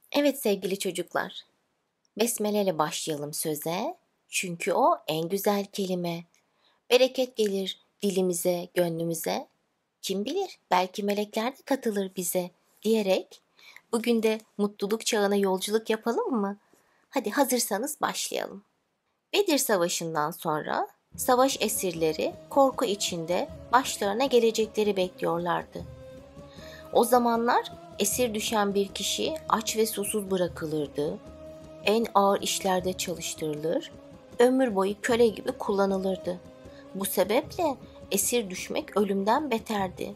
Evet sevgili çocuklar, besmele ile başlayalım söze. Çünkü o en güzel kelime. Bereket gelir dilimize, gönlümüze. Kim bilir belki melekler de katılır bize diyerek bugün de mutluluk çağına yolculuk yapalım mı? Hadi hazırsanız başlayalım. Bedir Savaşı'ndan sonra savaş esirleri korku içinde başlarına gelecekleri bekliyorlardı. O zamanlar esir düşen bir kişi aç ve susuz bırakılırdı, en ağır işlerde çalıştırılır, ömür boyu köle gibi kullanılırdı. Bu sebeple esir düşmek ölümden beterdi.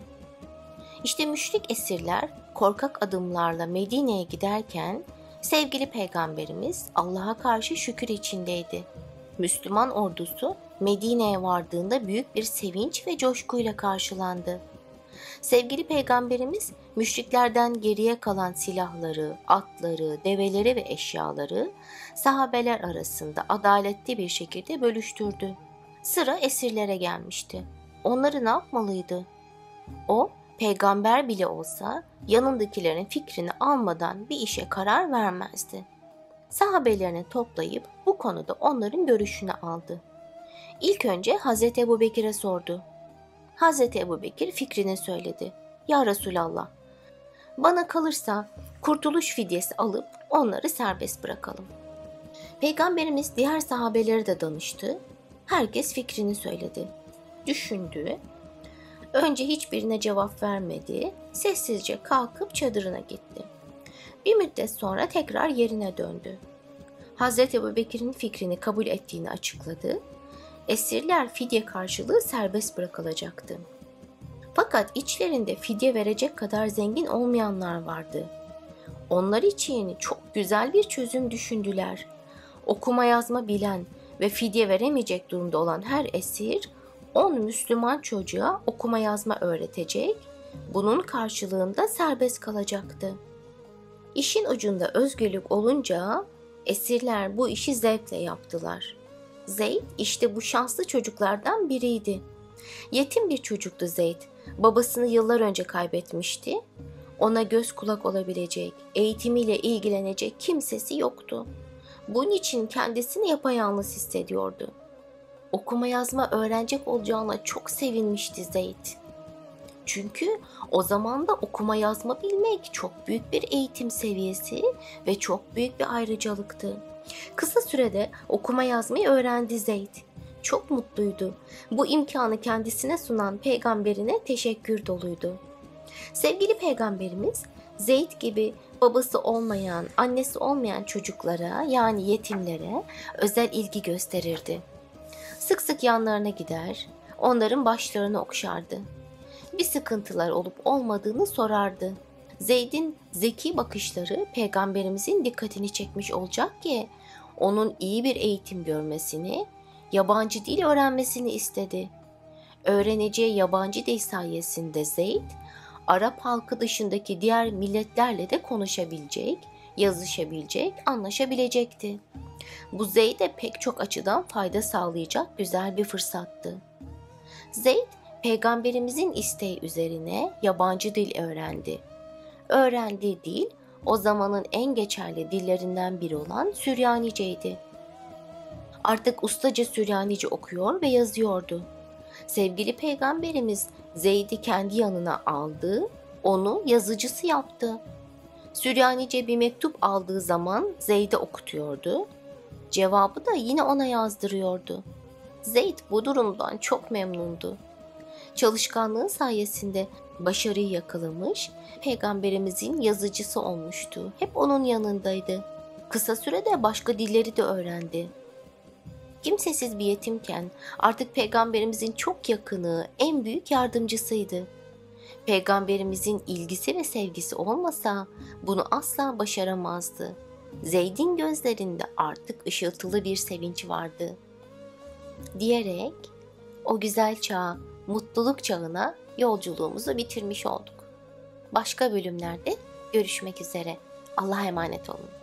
İşte müşrik esirler korkak adımlarla Medine'ye giderken sevgili peygamberimiz Allah'a karşı şükür içindeydi. Müslüman ordusu Medine'ye vardığında büyük bir sevinç ve coşkuyla karşılandı. Sevgili peygamberimiz müşriklerden geriye kalan silahları, atları, develeri ve eşyaları sahabeler arasında adaletli bir şekilde bölüştürdü. Sıra esirlere gelmişti. Onları ne yapmalıydı? O, peygamber bile olsa yanındakilerin fikrini almadan bir işe karar vermezdi. Sahabelerini toplayıp bu konuda onların görüşünü aldı. İlk önce Hazreti Ebubekir'e sordu. Hazreti Ebubekir fikrini söyledi. Ya Resulallah, bana kalırsa kurtuluş fidyesi alıp onları serbest bırakalım. Peygamberimiz diğer sahabeleri de danıştı. Herkes fikrini söyledi. Düşündü. Önce hiçbirine cevap vermedi. Sessizce kalkıp çadırına gitti. Bir müddet sonra tekrar yerine döndü. Hazreti Ebubekir'in fikrini kabul ettiğini açıkladı. Esirler fidye karşılığı serbest bırakılacaktı. Fakat içlerinde fidye verecek kadar zengin olmayanlar vardı. Onlar için çok güzel bir çözüm düşündüler. Okuma yazma bilen ve fidye veremeyecek durumda olan her esir 10 Müslüman çocuğa okuma yazma öğretecek, bunun karşılığında serbest kalacaktı. İşin ucunda özgürlük olunca esirler bu işi zevkle yaptılar. Zeyd işte bu şanslı çocuklardan biriydi. Yetim bir çocuktu Zeyd. Babasını yıllar önce kaybetmişti. Ona göz kulak olabilecek, eğitimiyle ilgilenecek kimsesi yoktu. Bunun için kendisini yapayalnız hissediyordu. Okuma yazma öğrenecek olacağına çok sevinmişti Zeyd. Çünkü o zaman da okuma yazma bilmek çok büyük bir eğitim seviyesi ve çok büyük bir ayrıcalıktı. Kısa sürede okuma yazmayı öğrendi Zeyd. Çok mutluydu. Bu imkanı kendisine sunan peygamberine teşekkür doluydu. Sevgili peygamberimiz Zeyd gibi babası olmayan, annesi olmayan çocuklara yani yetimlere özel ilgi gösterirdi. Sık sık yanlarına gider, onların başlarını okşardı. Bir sıkıntılar olup olmadığını sorardı. Zeyd'in zeki bakışları peygamberimizin dikkatini çekmiş olacak ki onun iyi bir eğitim görmesini, yabancı dil öğrenmesini istedi. Öğreneceği yabancı dil sayesinde Zeyd, Arap halkı dışındaki diğer milletlerle de konuşabilecek, yazışabilecek, anlaşabilecekti. Bu Zeyd'e pek çok açıdan fayda sağlayacak güzel bir fırsattı. Zeyd, peygamberimizin isteği üzerine yabancı dil öğrendi. Öğrendiği dil o zamanın en geçerli dillerinden biri olan Süryaniceydi. Artık ustaca Süryanice okuyor ve yazıyordu. Sevgili peygamberimiz Zeyd'i kendi yanına aldı, onu yazıcısı yaptı. Süryanice bir mektup aldığı zaman Zeyd'e okutuyordu. Cevabı da yine ona yazdırıyordu. Zeyd bu durumdan çok memnundu. Çalışkanlığı sayesinde başarıyı yakalamış, peygamberimizin yazıcısı olmuştu. Hep onun yanındaydı. Kısa sürede başka dilleri de öğrendi. Kimsesiz bir yetimken artık peygamberimizin çok yakını, en büyük yardımcısıydı. Peygamberimizin ilgisi ve sevgisi olmasa bunu asla başaramazdı. Zeyd'in gözlerinde artık ışıltılı bir sevinç vardı. Diyerek o güzel çağa, mutluluk çağına yolculuğumuzu bitirmiş olduk. Başka bölümlerde görüşmek üzere. Allah'a emanet olun.